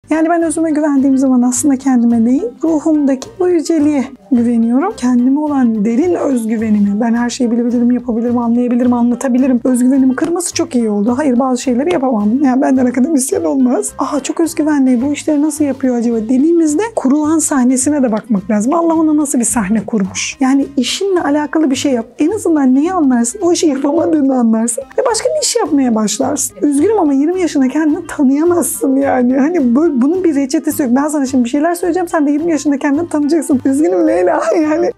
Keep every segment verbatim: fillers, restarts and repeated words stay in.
Yani ben özüme güvendiğim zaman aslında kendime değil, ruhumdaki o yüceliğe güveniyorum. Kendime olan derin özgüvenimi, ben her şeyi bilebilirim, yapabilirim, anlayabilirim, anlatabilirim. Özgüvenimi kırması çok iyi oldu. Hayır, bazı şeyleri yapamam. Yani benden akademisyen olmaz. Aa, çok özgüvenli, bu işleri nasıl yapıyor acaba dediğimizde kurulan sahnesine de bakmak lazım. Allah ona nasıl bir sahne kurmuş? Yani işinle alakalı bir şey yap. En azından neyi anlarsın? O işi yapamadığını anlarsın. Ve başka bir iş yapmaya başlarsın. Üzgünüm ama yirmi yaşında kendini tanıyamazsın yani. Hani böyle, bunun bir reçetesi yok. Ben sana şimdi bir şeyler söyleyeceğim. Sen de yirmi yaşında kendini tanıyacaksın. Üzgünüm Leyla yani.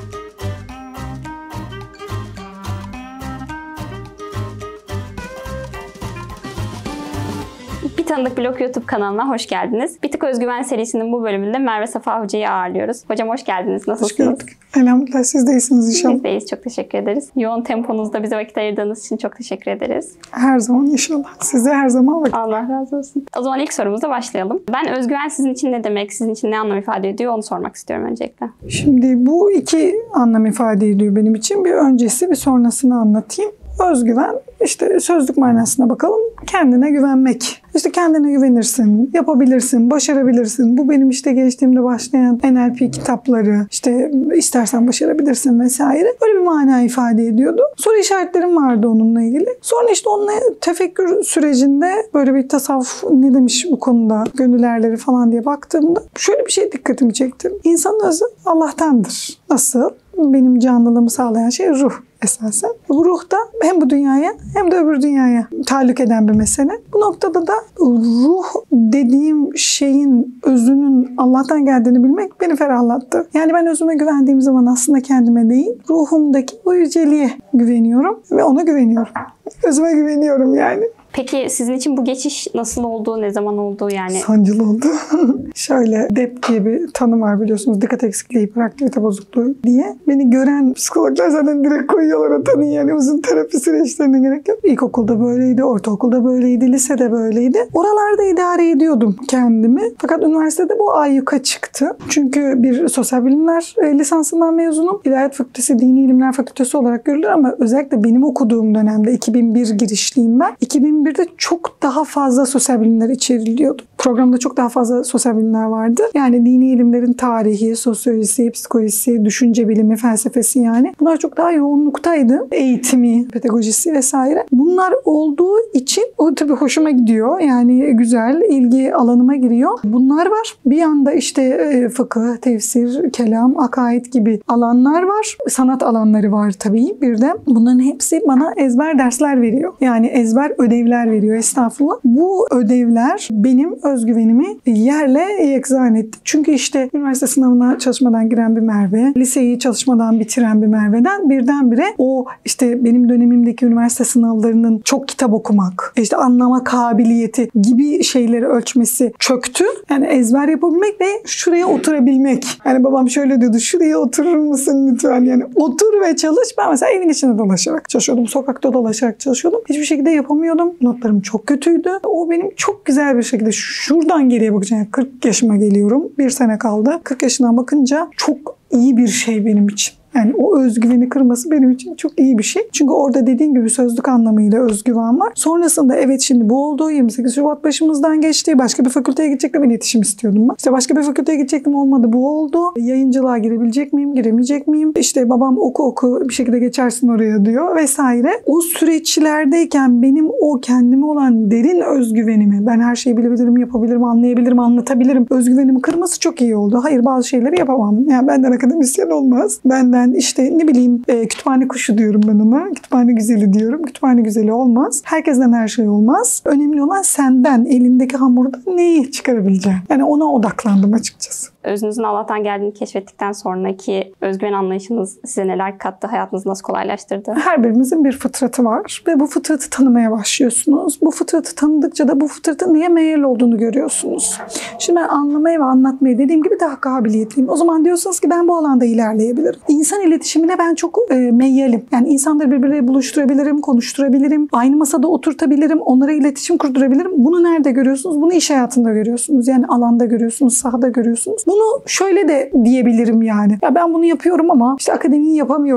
Bir Tanıdık Blog YouTube kanalına hoş geldiniz. Bir Tık Özgüven serisinin bu bölümünde Merve Safa Hoca'yı ağırlıyoruz. Hocam hoş geldiniz. Nasılsınız? Hoş gördük. Elhamdülillah, siz de iyisiniz inşallah. Biz de iyiyiz. Çok teşekkür ederiz. Yoğun temponuzda bize vakit ayırdığınız için çok teşekkür ederiz. Her zaman inşallah. Size her zaman vakit. Allah razı olsun. O zaman ilk sorumuza başlayalım. Ben özgüven sizin için ne demek, sizin için ne anlam ifade ediyor onu sormak istiyorum öncelikle. Şimdi bu iki anlam ifade ediyor benim için. Bir öncesi, bir sonrasını anlatayım. Özgüven, işte sözlük manasına bakalım. Kendine güvenmek. İşte kendine güvenirsin, yapabilirsin, başarabilirsin. Bu benim işte geçtiğimde başlayan N L P kitapları, işte istersen başarabilirsin vesaire. Böyle bir mana ifade ediyordu. Soru işaretlerim vardı onunla ilgili. Sonra işte onunla tefekkür sürecinde böyle bir tasavvuf ne demiş bu konuda, gönül erleri falan diye baktığımda şöyle bir şey dikkatimi çekti. İnsanın özü Allah'tandır. Nasıl? Benim canlılığımı sağlayan şey ruh esasen. Bu ruh da hem bu dünyaya hem de öbür dünyaya tahallük eden bir mesele. Bu noktada da ruh dediğim şeyin özünün Allah'tan geldiğini bilmek beni ferahlattı. Yani ben özüme güvendiğim zaman aslında kendime değil, ruhumdaki o yüceliğe güveniyorum ve ona güveniyorum. Özüme güveniyorum yani. Peki sizin için bu geçiş nasıl oldu, ne zaman oldu yani? Sancılı oldu. Şöyle D E P diye bir tanım var biliyorsunuz. Dikkat eksikliği, hiperaktivite bozukluğu diye. Beni gören psikologlar zaten direkt koyuyorlar o tanıyı. Yani uzun terapi süreçlerine gerek yok. İlkokulda böyleydi, ortaokulda böyleydi, lisede böyleydi. Oralarda idare ediyordum kendimi. Fakat üniversitede bu ayyuka çıktı. Çünkü bir sosyal bilimler lisansından mezunum. İlahiyat Fakültesi, Dini İlimler Fakültesi olarak görülür ama özellikle benim okuduğum dönemde iki bin bir girişliyim ben. iki bin birde çok daha fazla sosyal bilimler içeriliyordu. Programda çok daha fazla sosyal bilimler vardı. Yani dini ilimlerin tarihi, sosyolojisi, psikolojisi, düşünce bilimi, felsefesi yani. Bunlar çok daha yoğunluktaydı. Eğitimi, pedagojisi vesaire. Bunlar olduğu için o tabii hoşuma gidiyor. Yani güzel, ilgi alanıma giriyor. Bunlar var. Bir yanda işte fıkıh, tefsir, kelam, akaid gibi alanlar var. Sanat alanları var tabii. Bir de bunların hepsi bana ezber dersler veriyor. Yani ezber ödevler veriyor, estağfurullah. Bu ödevler benim özgüvenimi yerle yeksan etti. Çünkü işte üniversite sınavına çalışmadan giren bir Merve, liseyi çalışmadan bitiren bir Merve'den birdenbire o işte benim dönemimdeki üniversite sınavlarının çok kitap okumak, işte anlama kabiliyeti gibi şeyleri ölçmesi çöktü. Yani ezber yapabilmek ve şuraya oturabilmek. Yani babam şöyle diyordu, şuraya oturur musun lütfen? Yani otur ve çalış. Ben mesela evin içinde dolaşarak çalışıyordum, sokakta dolaşarak çalışıyordum. Hiçbir şekilde yapamıyordum. Notlarım çok kötüydü. O benim çok güzel bir şekilde şuradan geriye bakacağım. Yani kırk yaşıma geliyorum. Bir sene kaldı. kırk yaşından bakınca çok iyi bir şey benim için. Yani o özgüveni kırması benim için çok iyi bir şey. Çünkü orada dediğim gibi sözlük anlamıyla özgüven var. Sonrasında evet şimdi bu oldu. yirmi sekiz Şubat başımızdan geçti. Başka bir fakülteye gidecektim. İletişim istiyordum ben. İşte başka bir fakülteye gidecektim. Olmadı. Bu oldu. Yayıncılığa girebilecek miyim? Giremeyecek miyim? İşte babam oku oku bir şekilde geçersin oraya diyor vesaire. O süreçlerdeyken benim o kendime olan derin özgüvenimi, ben her şeyi bilebilirim, yapabilirim, anlayabilirim, anlatabilirim. Özgüvenimi kırması çok iyi oldu. Hayır, bazı şeyleri yapamam. Yani benden akademisyen olmaz. Benden işte ne bileyim e, kütüphane kuşu diyorum ben ona. Kütüphane güzeli diyorum. Kütüphane güzeli olmaz. Herkesten her şey olmaz. Önemli olan senden, elindeki hamurda neyi çıkarabileceğin. Yani ona odaklandım açıkçası. Özünüzün Allah'tan geldiğini keşfettikten sonraki özgüven anlayışınız size neler kattı? Hayatınızı nasıl kolaylaştırdı? Her birimizin bir fıtratı var ve bu fıtratı tanımaya başlıyorsunuz. Bu fıtratı tanıdıkça da bu fıtratın neye meyil olduğunu görüyorsunuz. Şimdi ben anlamaya ve anlatmaya dediğim gibi daha kabiliyetliyim. O zaman diyorsunuz ki ben bu alanda ilerleyebilirim. İnsan iletişimine ben çok e, meyyelim. Yani insanları birbirleriyle buluşturabilirim, konuşturabilirim, aynı masada oturtabilirim, onlara iletişim kurdurabilirim. Bunu nerede görüyorsunuz? Bunu iş hayatında görüyorsunuz. Yani alanda görüyorsunuz, sahada görüyorsunuz. Bunu şöyle de diyebilirim yani. Ya ben bunu yapıyorum ama işte akademiyi yapamıyorum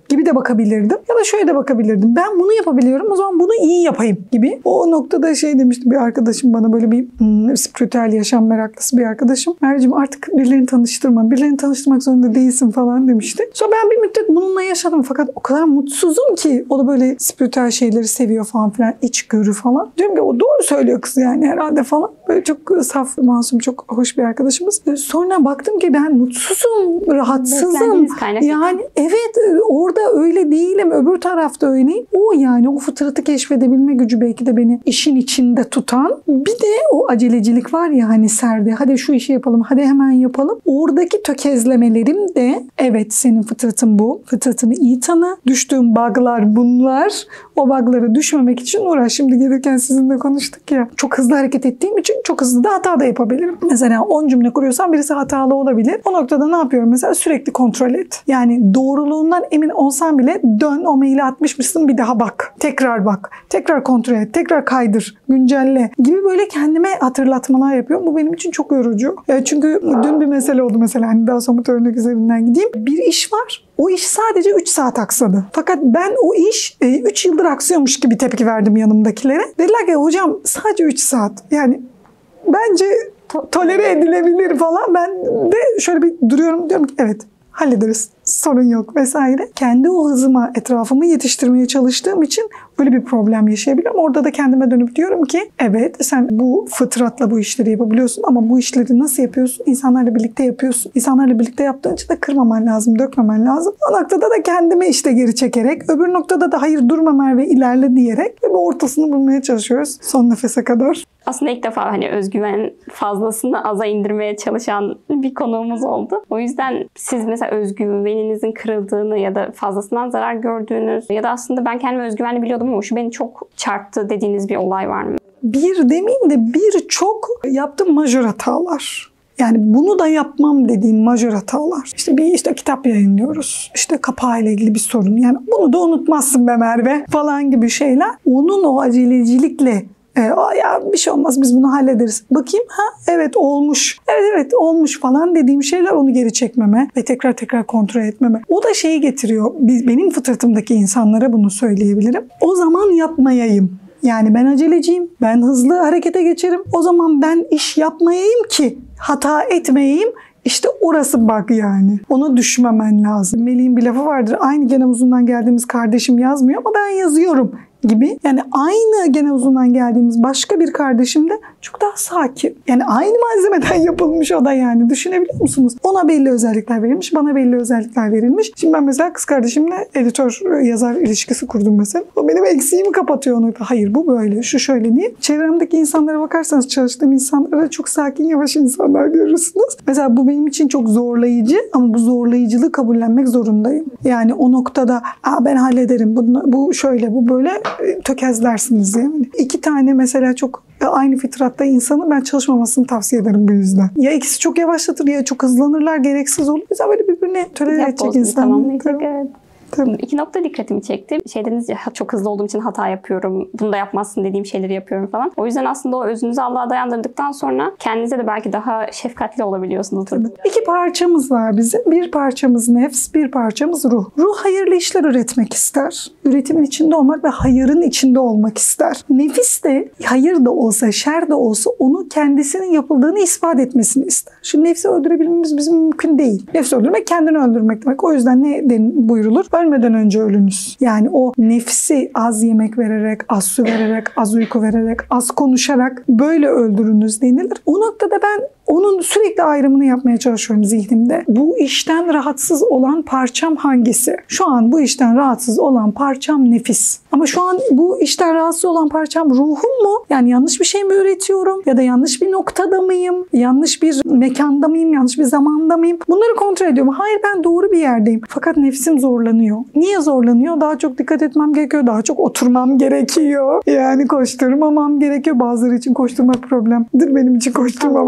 gibi de bakabilirdim. Ya da şöyle de bakabilirdim. Ben bunu yapabiliyorum, o zaman bunu iyi yapayım gibi. O noktada şey demişti bir arkadaşım bana, böyle bir hmm, spiritüel yaşam meraklısı bir arkadaşım. Merveciğim artık birilerini tanıştırma. Birilerini tanıştırmak zorunda değilsin falan demişti. Sonra ben bir müddet bununla yaşadım fakat o kadar mutsuzum ki, o da böyle spiritüel şeyleri seviyor falan filan, içgörü falan. Diyorum ki o doğru söylüyor kız yani herhalde falan. Böyle çok saf, masum, çok hoş bir arkadaşımız. Sonra baktım ki ben mutsuzum, rahatsızım. Yani evet, orada öyle değilim, öbür tarafta öyleyim. O yani o fıtratı keşfedebilme gücü belki de beni işin içinde tutan. Bir de o acelecilik var ya hani Serde, hadi şu işi yapalım, hadi hemen yapalım. Oradaki tökezlemelerim de evet, senin fıtratın bu. Fıtratını iyi tanı. Düştüğüm bug'lar bunlar. O bug'lara düşmemek için uğraş. Şimdi gelirken sizinle konuştuk ya. Çok hızlı hareket ettiğim için çok hızlı da hata da yapabilirim. Mesela on cümle kuruyorsam birisi hatalı olabilir. O noktada ne yapıyorum? Mesela sürekli kontrol et. Yani doğruluğundan emin olsan bile dön, o maili atmışmışsın, bir daha bak. Tekrar bak. Tekrar kontrol et. Tekrar kaydır. Güncelle gibi böyle kendime hatırlatmalar yapıyorum. Bu benim için çok yorucu. Ya çünkü dün bir mesele oldu mesela. Hani daha somut örnek üzerinden gideyim. Bir iş var. O iş sadece üç saat aksadı. Fakat ben o iş üç yıldır aksıyormuş gibi tepki verdim yanımdakilere. Dediler ki hocam sadece üç saat. Yani bence to- tolere edilebilir falan. Ben de şöyle bir duruyorum, diyorum ki evet, hallederiz. Sorun yok vesaire. Kendi o hızıma, etrafımı yetiştirmeye çalıştığım için böyle bir problem yaşayabiliyorum. Orada da kendime dönüp diyorum ki evet, sen bu fıtratla bu işleri yapabiliyorsun ama bu işleri nasıl yapıyorsun? İnsanlarla birlikte yapıyorsun. İnsanlarla birlikte yaptığın için de kırmaman lazım, dökmemen lazım. O noktada da kendimi işte geri çekerek, öbür noktada da hayır durma Merve, ilerle diyerek ve bu ortasını bulmaya çalışıyoruz son nefese kadar. Aslında ilk defa hani özgüven fazlasını aza indirmeye çalışan bir konuğumuz oldu. O yüzden siz mesela özgüveninizin kırıldığını ya da fazlasından zarar gördüğünüz ya da aslında ben kendimi özgüvenli biliyordum ama şu beni çok çarptı dediğiniz bir olay var mı? Bir demeyeyim de birçok yaptığım majör hatalar. Yani bunu da yapmam dediğim majör hatalar. İşte bir işte kitap yayınlıyoruz. İşte kapağıyla ilgili bir sorun. Yani bunu da unutmazsın be Merve falan gibi şeyler. Onun o acelecilikle E, ya bir şey olmaz, biz bunu hallederiz. Bakayım, ha evet olmuş. Evet evet olmuş falan dediğim şeyler, onu geri çekmeme ve tekrar tekrar kontrol etmeme. O da şeyi getiriyor. Biz, benim fıtratımdaki insanlara bunu söyleyebilirim. O zaman yapmayayım. Yani ben aceleciyim. Ben hızlı harekete geçerim. O zaman ben iş yapmayayım ki hata etmeyeyim. İşte orası bak yani. Ona düşmemen lazım. Melih'in bir lafı vardır. Aynı gene uzundan geldiğimiz kardeşim yazmıyor ama ben yazıyorum gibi. Yani aynı gene uzundan geldiğimiz başka bir kardeşim de çok daha sakin. Yani aynı malzemeden yapılmış o da yani. Düşünebiliyor musunuz? Ona belli özellikler verilmiş, bana belli özellikler verilmiş. Şimdi ben mesela kız kardeşimle editör yazar ilişkisi kurdum mesela. O benim eksiğimi kapatıyor onu. Hayır bu böyle, şu şöyle diye. Çevremdeki insanlara bakarsanız, çalıştığım insanlara çok sakin, yavaş insanlar görürsünüz. Mesela bu benim için çok zorlayıcı ama bu zorlayıcılığı kabullenmek zorundayım. Yani o noktada Aa, ben hallederim, bunu, bu şöyle, bu böyle tökezlersiniz yani. İki tane mesela çok aynı fitratta insanı ben çalışmamasını tavsiye ederim bu yüzden. Ya ikisi çok yavaşlatır ya çok hızlanırlar, gereksiz olur. Mesela böyle birbirine tolere edecek insan. Evet. Tabii. İki nokta dikkatimi çekti. Şey dediniz ya, çok hızlı olduğum için hata yapıyorum. Bunu da yapmazsın dediğim şeyleri yapıyorum falan. O yüzden aslında o özünüzü Allah'a dayandırdıktan sonra kendinize de belki daha şefkatli olabiliyorsunuz. Tabii. İki parçamız var bizim. Bir parçamız nefs, bir parçamız ruh. Ruh hayırlı işler üretmek ister. Üretimin içinde olmak ve hayırın içinde olmak ister. Nefis de hayır da olsa, şer de olsa onu kendisinin yapıldığını ispat etmesini ister. Şimdi nefsi öldürebilmemiz bizim mümkün değil. Nefsi öldürmek kendini öldürmek demek. O yüzden ne buyurulur? Ölmeden önce ölünüz. Yani o nefsi az yemek vererek, az su vererek, az uyku vererek, az konuşarak böyle öldürünüz denilir. O noktada ben onun sürekli ayrımını yapmaya çalışıyorum zihnimde. Bu işten rahatsız olan parçam hangisi? Şu an bu işten rahatsız olan parçam nefis. Ama şu an bu işten rahatsız olan parçam ruhum mu? Yani yanlış bir şey mi üretiyorum? Ya da yanlış bir noktada mıyım? Yanlış bir mekanda mıyım? Yanlış bir zamanda mıyım? Bunları kontrol ediyorum. Hayır, ben doğru bir yerdeyim. Fakat nefsim zorlanıyor. Niye zorlanıyor? Daha çok dikkat etmem gerekiyor. Daha çok oturmam gerekiyor. Yani koşturmamam gerekiyor. Bazıları için koşturmak problemdir. Benim için koşturmamak problem.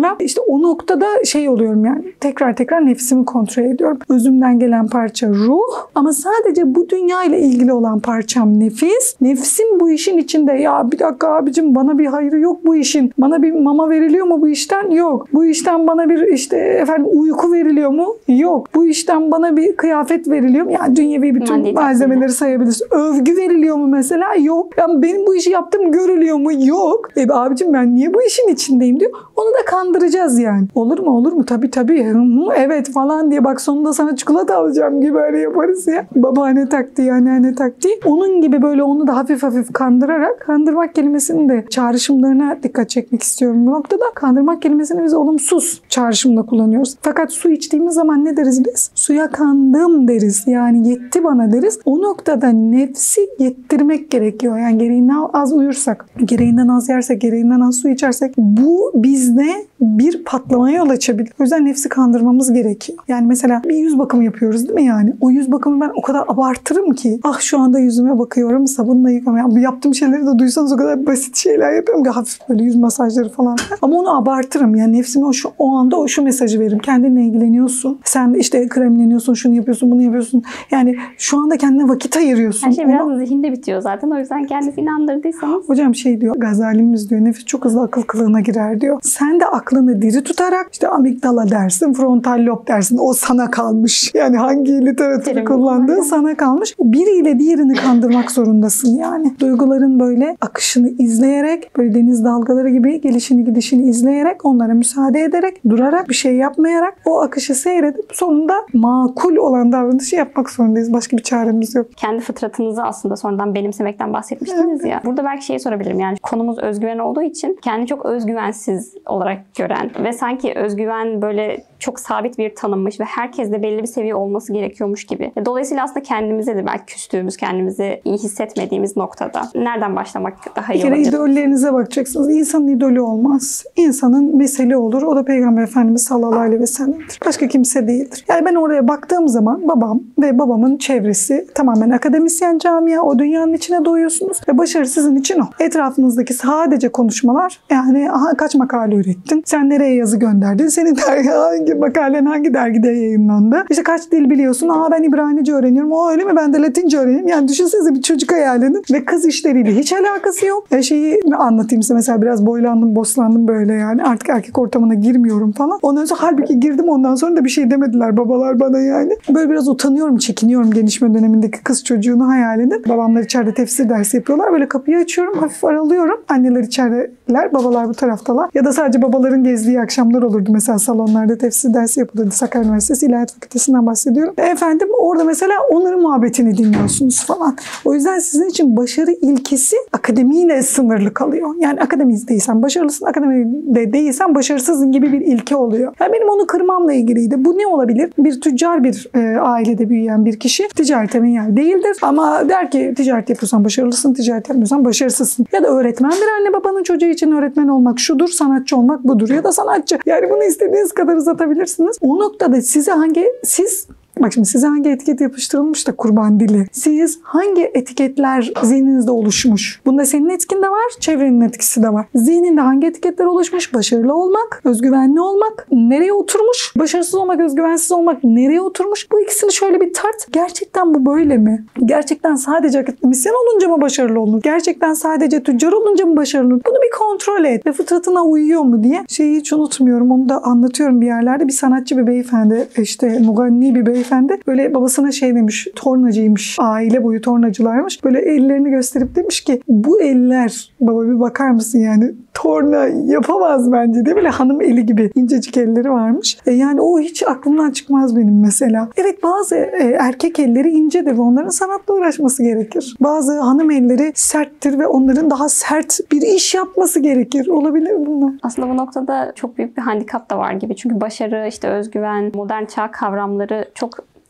problem. İşte o noktada şey oluyorum yani tekrar tekrar nefsimi kontrol ediyorum. Özümden gelen parça ruh ama sadece bu dünya ile ilgili olan parçam nefis. Nefsim bu işin içinde ya bir dakika abicim bana bir hayrı yok bu işin. Bana bir mama veriliyor mu bu işten? Yok. Bu işten bana bir işte efendim uyku veriliyor mu? Yok. Bu işten bana bir kıyafet veriliyor mu? Yani dünyevi bütün Maddi malzemeleri sayabilirsin. Övgü veriliyor mu mesela? Yok. Ya benim bu işi yaptığım görülüyor mu? Yok. E abicim ben niye bu işin içindeyim diyor. Onu da kandıracağız yani. Olur mu olur mu? Tabii tabii. Hı hı, evet falan diye bak sonunda sana çikolata alacağım gibi öyle yaparız ya. Babaanne taktiği, anneanne taktiği. Onun gibi böyle onu da hafif hafif kandırarak kandırmak kelimesinin de çağrışımlarına dikkat çekmek istiyorum bu noktada. Kandırmak kelimesini biz olumsuz çağrışımda kullanıyoruz. Fakat su içtiğimiz zaman ne deriz biz? Suya kandım deriz. Yani yetti bana deriz. O noktada nefsi yettirmek gerekiyor. Yani gereğinden az uyursak, gereğinden az yersek, gereğinden az su içersek bu bizde bir patlamaya yol açabilir. O yüzden nefsi kandırmamız gerekiyor. Yani mesela bir yüz bakımı yapıyoruz değil mi yani? O yüz bakımı ben o kadar abartırım ki ah şu anda yüzüme bakıyorum sabunla yıkamaya. Bu yaptığım şeyleri de duysanız o kadar basit şeyler yapıyorum ki hafif böyle yüz masajları falan. Ama onu abartırım. Yani nefsime o, şu, o anda o şu mesajı veririm. Kendinle ilgileniyorsun. Sen işte kremleniyorsun, şunu yapıyorsun, bunu yapıyorsun. Yani şu anda kendine vakit ayırıyorsun. Her şey biraz Onu... zihinde bitiyor zaten. O yüzden kendinizi inandırdıysanız. Hocam şey diyor, Gazali'miz diyor, nefis çok hızlı akıl kılığına girer diyor. Sen de aklını diri tutarak işte amigdala dersin, frontal lob dersin. O sana kalmış. Yani hangi literatürü Terim kullandığı var. sana kalmış. Biriyle diğerini kandırmak zorundasın yani. Duyguların böyle akışını izleyerek, böyle deniz dalgaları gibi gelişini gidişini izleyerek, onlara müsaade ederek, durarak, bir şey yapmayarak o akışı seyredip sonunda makul olan davranışı yapmak zorundayız. Başka bir çaremiz yok. Kendi fıtratınızı aslında sonradan benimsemekten bahsetmiştiniz Evet. ya. Burada belki şeyi sorabilirim. Yani konumuz özgüven olduğu için kendini çok özgüvensiz olarak gören ve sanki özgüven böyle çok sabit bir tanımmış ve herkeste belli bir seviye olması gerekiyormuş gibi. Dolayısıyla aslında kendimize de belki küstüğümüz, kendimizi iyi hissetmediğimiz noktada nereden başlamak daha Bir iyi kere olabilir? idollerinize bakacaksınız. İnsanın idolü olmaz. İnsanın meseli olur. O da Peygamber Efendimiz sallallahu aleyhi ve sellem'dir. Başka kimse değildir. Yani ben oraya baktığım zaman babam ve babamın çevresi tamamen akademisyen camia. O dünyanın içine doğuyorsunuz ve başarı sizin için o. Etrafınızdaki sadece konuşmalar. Yani aha, kaç makale ürettin? Sen nereye yazı gönderdin? Senin hangi makalen hangi dergide yayınlandı? İşte kaç dil biliyorsun? Aa ben İbranice öğreniyorum. O öyle mi? Ben de Latince öğreniyorum. Yani düşünsenize bir çocuk hayal edin. Ve kız işleriyle hiç alakası yok. E şeyi anlatayım size. Mesela biraz boylandım, boslandım böyle yani. Artık erkek ortamına girmiyorum falan. Ondan sonra halbuki girdim, ondan sonra da bir şey demediler babalar bana yani. Böyle biraz utanıyorum, çekiniyorum gelişme dönemindeki kız çocuğunu hayal edin. Babamlar içeride tefsir dersi yapıyorlar. Böyle kapıyı açıyorum, hafif aralıyorum. Anneler içerideler, babalar bu taraftalar. Ya da sadece babaların gezdiği akşamlar olurdu. Mesela salonlarda tefsir dersi yapılırdı. Sakarya Üniversitesi İlahiyat Fakültesinden bahsediyorum. E efendim orada mesela onların muhabbetini dinliyorsunuz falan. O yüzden sizin için başarı ilkesi akademiyle sınırlı kalıyor. Yani akademideysen başarılısın, akademide değilsen başarısızın gibi bir ilke oluyor. Yani benim onu kırmamla ilgiliydi. Bu ne olabilir? Bir tüccar bir e, ailede büyüyen bir kişi ticarete meyil değildir. Ama der ki ticaret yapıyorsan başarılısın, ticaret yapmıyorsan başarısızsın. Ya da öğretmen bir anne babanın çocuğu için öğretmen olmak şudur, sanatçı olmak budur. Ya da sanatçı. Yani bunu istediğiniz kadar uzatabilirsiniz. O noktada size hangi, siz Bak şimdi size hangi etiket yapıştırılmış da kurban dili. Siz hangi etiketler zihninizde oluşmuş? Bunda senin etkin de var, çevrenin etkisi de var. Zihninde hangi etiketler oluşmuş? Başarılı olmak, özgüvenli olmak, nereye oturmuş? Başarısız olmak, özgüvensiz olmak nereye oturmuş? Bu ikisini şöyle bir tart. Gerçekten bu böyle mi? Gerçekten sadece akademisyen olunca mı başarılı olunur? Gerçekten sadece tüccar olunca mı başarılı olunur? Bunu bir kontrol et ve fıtratına uyuyor mu diye. Şeyi hiç unutmuyorum. Onu da anlatıyorum bir yerlerde. Bir sanatçı bir beyefendi, işte muganni bir beyefendi böyle babasına şey demiş, tornacıymış, aile boyu tornacılarmış. Böyle ellerini gösterip demiş ki bu eller, baba bir bakar mısın yani torna yapamaz bence diye, böyle hanım eli gibi incecik elleri varmış. E yani o hiç aklımdan çıkmaz benim mesela. Evet bazı e, erkek elleri incedir ve onların sanatla uğraşması gerekir. Bazı hanım elleri serttir ve onların daha sert bir iş yapması gerekir. Olabilir bunlar. Aslında bu noktada çok büyük bir handikap da var gibi. Çünkü başarı, işte özgüven, modern çağ kavramları çok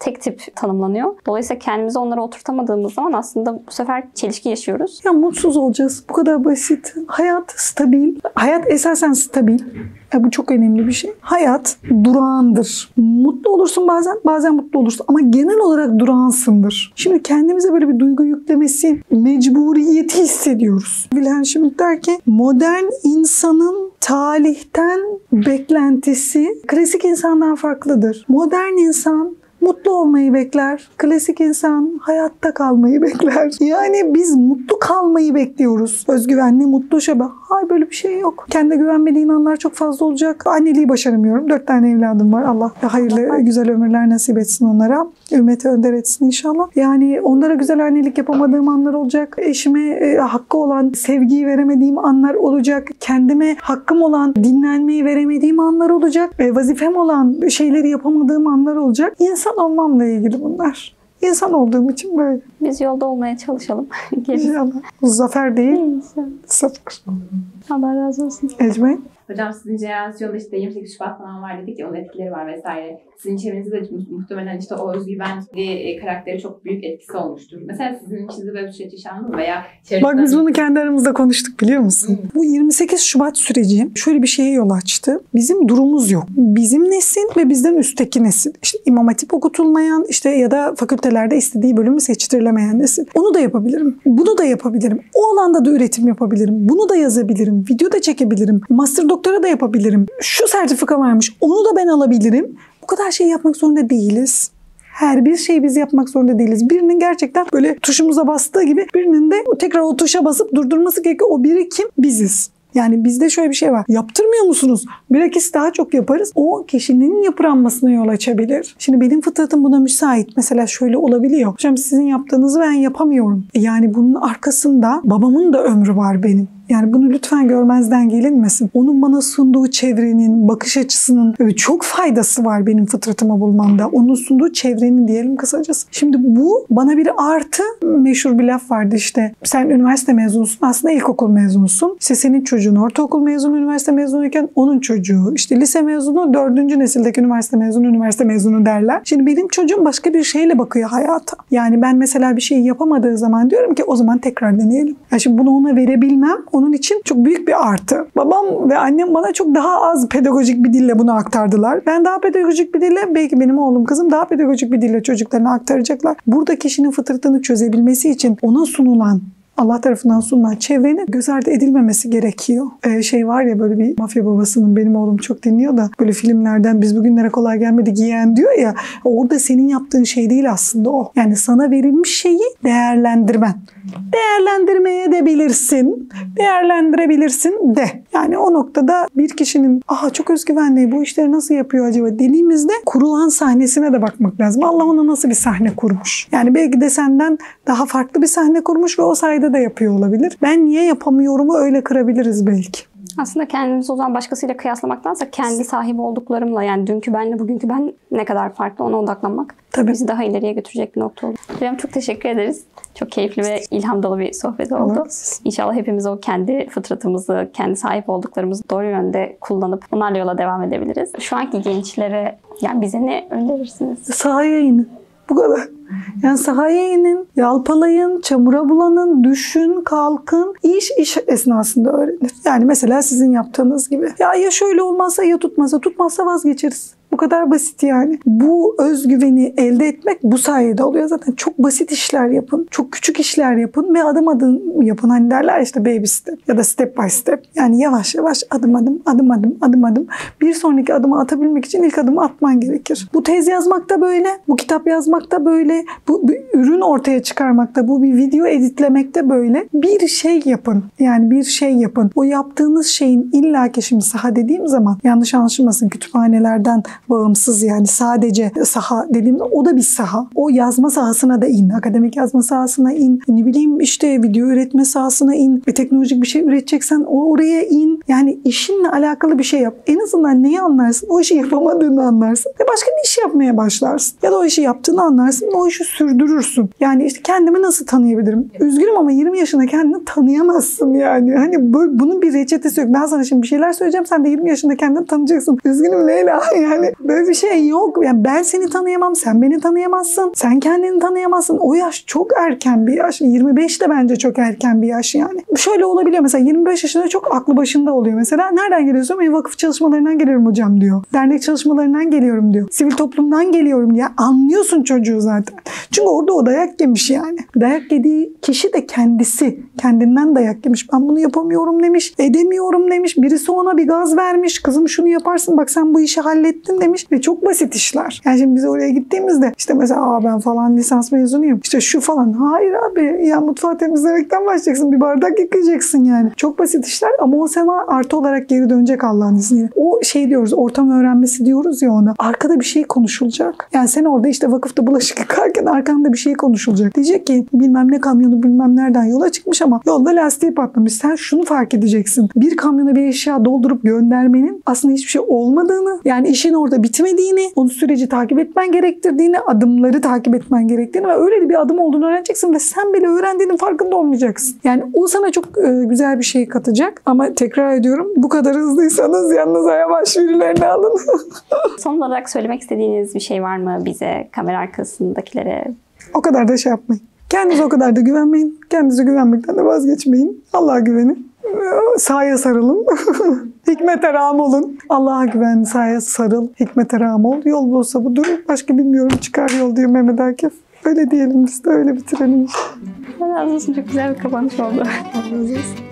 tek tip tanımlanıyor. Dolayısıyla kendimizi onlara oturtamadığımız zaman aslında bu sefer çelişki yaşıyoruz. Ya mutsuz olacağız. Bu kadar basit. Hayat stabil. Hayat esasen stabil. Ya bu çok önemli bir şey. Hayat durağandır. Mutlu olursun bazen, bazen mutlu olursun. Ama genel olarak durağansındır. Şimdi kendimize böyle bir duygu yüklemesi mecburiyeti hissediyoruz. Wilhelm Schmidt der ki modern insanın talihten beklentisi klasik insandan farklıdır. Modern insan mutlu olmayı bekler. Klasik insan hayatta kalmayı bekler. Yani biz mutlu kalmayı bekliyoruz. Özgüvenli, mutlu şebe. Hayır, böyle bir şey yok. Kendine güvenmediğin anlar çok fazla olacak. Anneliği başaramıyorum. Dört tane evladım var. Allah hayırlı, güzel ömürler nasip etsin onlara. Ümmeti önder etsin inşallah. Yani onlara güzel annelik yapamadığım anlar olacak. Eşime e, hakkı olan sevgiyi veremediğim anlar olacak. Kendime hakkım olan dinlenmeyi veremediğim anlar olacak. E, vazifem olan şeyleri yapamadığım anlar olacak. İnsan olmamla ilgili bunlar. İnsan olduğum için böyle. Biz yolda olmaya çalışalım. İnşallah. Zafer değil. Zafer. Allah razı olsun. Ecmain. Hocam sizin jenerasyonda işte yirmi sekiz Şubat falan var dedik ya, onun etkileri var vesaire. Sizin çevrenizde de muhtemelen işte o özgüvenli karakteri çok büyük etkisi olmuştur. Mesela sizin içinizde böyle bir süreç yaşandı mı? Veya Bak biz bunu kendi aramızda konuştuk, biliyor musun? Hmm. Bu yirmi sekiz Şubat süreci şöyle bir şeye yol açtı. Bizim durumumuz yok. Bizim nesil ve bizden üstteki nesil. İşte İmam Hatip okutulmayan, işte ya da fakültelerde istediği bölümü seçtirilemeyen nesil. Onu da yapabilirim. Bunu da yapabilirim. O alanda da üretim yapabilirim. Bunu da yazabilirim. Video da çekebilirim. Master doktora da yapabilirim. Şu sertifika varmış. Onu da ben alabilirim. Bu kadar şey yapmak zorunda değiliz. Her bir şeyi biz yapmak zorunda değiliz. Birinin gerçekten böyle tuşumuza bastığı gibi birinin de tekrar o tuşa basıp durdurması gerekiyor. O biri kim? Biziz. Yani bizde şöyle bir şey var. Yaptırmıyor musunuz? Bilakis daha çok yaparız. O kişinin yıpranmasına yol açabilir. Şimdi benim fıtratım buna müsait. Mesela şöyle olabiliyor. Hocam sizin yaptığınızı ben yapamıyorum. Yani bunun arkasında babamın da ömrü var benim. Yani bunu lütfen görmezden gelinmesin. Onun bana sunduğu çevrenin, bakış açısının çok faydası var benim fıtratımı bulmamda. Onun sunduğu çevrenin diyelim kısacası. Şimdi bu bana bir artı. Meşhur bir laf vardı işte. Sen üniversite mezunusun, aslında ilkokul mezunusun. İşte senin çocuğun ortaokul mezunu, üniversite mezunuyken onun çocuğu. İşte lise mezunu, dördüncü nesildeki üniversite mezunu, üniversite mezunu derler. Şimdi benim çocuğum başka bir şeyle bakıyor hayata. Yani ben mesela bir şeyi yapamadığı zaman diyorum ki o zaman tekrar deneyelim. Yani şimdi bunu ona verebilmem onun için çok büyük bir artı. Babam ve annem bana çok daha az pedagojik bir dille bunu aktardılar. Ben daha pedagojik bir dille, belki benim oğlum kızım daha pedagojik bir dille çocuklarına aktaracaklar. Burada kişinin fıtratını çözebilmesi için ona sunulan, Allah tarafından sunulan çevrenin göz ardı edilmemesi gerekiyor. Ee, şey var ya, böyle bir mafya babasının, benim oğlum çok dinliyor da, böyle filmlerden biz bugünlere kolay gelmedi giyen diyor ya, orada senin yaptığın şey değil aslında o. Yani sana verilmiş şeyi değerlendirmen. Değerlendirmeye de bilirsin. Değerlendirebilirsin de. Yani o noktada bir kişinin aha çok özgüvenli, bu işleri nasıl yapıyor acaba dediğimizde kurulan sahnesine de bakmak lazım. Allah ona nasıl bir sahne kurmuş. Yani belki de senden daha farklı bir sahne kurmuş ve o sayede de yapıyor olabilir. Ben niye yapamıyorumu öyle kırabiliriz belki. Aslında kendimizi o zaman başkasıyla kıyaslamaktansa kendi sahip olduklarımla, yani dünkü benle bugünkü ben ne kadar farklı, ona odaklanmak Tabii. bizi daha ileriye götürecek bir nokta oldu. Hocam çok teşekkür ederiz. Çok keyifli ve ilham dolu bir sohbet oldu. Evet. İnşallah hepimiz o kendi fıtratımızı, kendi sahip olduklarımızı doğru yönde kullanıp onlarla yola devam edebiliriz. Şu anki gençlere yani bize ne önerirsiniz? Sahaya inin. Bu kadar. Yani sahaya inin, yalpalayın, çamura bulanın, düşün, kalkın. İş iş esnasında öğrenir. Yani mesela sizin yaptığınız gibi. Ya ya şöyle olmazsa, ya tutmazsa, tutmazsa vazgeçeriz. Bu kadar basit yani. Bu özgüveni elde etmek bu sayede oluyor. Zaten çok basit işler yapın. Çok küçük işler yapın ve adım adım yapın. Hani derler işte baby step ya da step by step. Yani yavaş yavaş adım adım, adım adım, adım adım. Bir sonraki adımı atabilmek için ilk adımı atman gerekir. Bu tez yazmak da böyle. Bu kitap yazmak da böyle. Bu bir ürün ortaya çıkarmak da, bu bir video editlemek de böyle. Bir şey yapın. Yani bir şey yapın. O yaptığınız şeyin illaki, şimdi saha dediğim zaman yanlış anlaşılmasın, kütüphanelerden bağımsız, yani sadece saha dediğimde o da bir saha. O yazma sahasına da in. Akademik yazma sahasına in. Ne bileyim işte video üretme sahasına in. Ve teknolojik bir şey üreteceksen oraya in. Yani işinle alakalı bir şey yap. En azından neyi anlarsın? O işi yapamadığını anlarsın. Ve başka bir iş yapmaya başlarsın. Ya da o işi yaptığını anlarsın. O işi sürdürürsün. Yani işte kendimi nasıl tanıyabilirim? Üzgünüm ama yirmi yaşında kendini tanıyamazsın yani. Hani böyle, bunun bir reçetesi yok. Ben sana şimdi bir şeyler söyleyeceğim. Sen de yirmi yaşında kendini tanıyacaksın. Üzgünüm Leyla. Yani Böyle bir şey yok. Yani ben seni tanıyamam, sen beni tanıyamazsın. Sen kendini tanıyamazsın. O yaş çok erken bir yaş. yirmi beş de bence çok erken bir yaş yani. Şöyle olabiliyor mesela yirmi beş yaşında çok aklı başında oluyor. Mesela nereden geliyorsun? Ben vakıf çalışmalarından geliyorum hocam diyor. Dernek çalışmalarından geliyorum diyor. Sivil toplumdan geliyorum diye. Anlıyorsun çocuğu zaten. Çünkü orada o dayak yemiş yani. Dayak yediği kişi de kendisi. Kendinden dayak yemiş. Ben bunu yapamıyorum demiş. Edemiyorum demiş. Birisi ona bir gaz vermiş. Kızım şunu yaparsın bak sen bu işi hallettin demiş. Ve çok basit işler. Yani şimdi biz oraya gittiğimizde işte mesela Aa, ben falan lisans mezunuyum. İşte şu falan. Hayır abi ya mutfağı temizlemekten başlayacaksın. Bir bardak yıkayacaksın yani. Çok basit işler ama o sana artı olarak geri dönecek Allah'ın izniyle. O şey diyoruz ortam öğrenmesi diyoruz ya ona. Arkada bir şey konuşulacak. Yani sen orada işte vakıfta bulaşık yıkarken arkanda bir şey konuşulacak. Diyecek ki bilmem ne kamyonu bilmem nereden yola çıkmış ama yolda lastiği patlamış. Sen şunu fark edeceksin. Bir kamyona bir eşya doldurup göndermenin aslında hiçbir şey olmadığını, yani işin orada bitmediğini, onu süreci takip etmen gerektirdiğini, adımları takip etmen gerektiğini ve öyle bir adım olduğunu öğreneceksin ve sen bile öğrendiğinin farkında olmayacaksın. Yani o sana çok e, güzel bir şey katacak ama tekrar ediyorum bu kadar hızlıysanız yanınıza yavaş birilerini alın. Son olarak söylemek istediğiniz bir şey var mı bize, kamera arkasındakilere? O kadar da şey yapmayın. Kendinize o kadar da güvenmeyin. Kendinize güvenmekten de vazgeçmeyin. Allah'a güvenin. Sahaya sarılın. Hikmete rağm olun. Allah'a güven, sahaya sarıl. Hikmete rağm ol. Yol bulsa budur. Başka bilmiyorum çıkar yol diyor Mehmet Akif. Öyle diyelim biz de öyle bitirelim. Allah razı olsun. Çok güzel bir kapanış oldu. Allah razı olsun.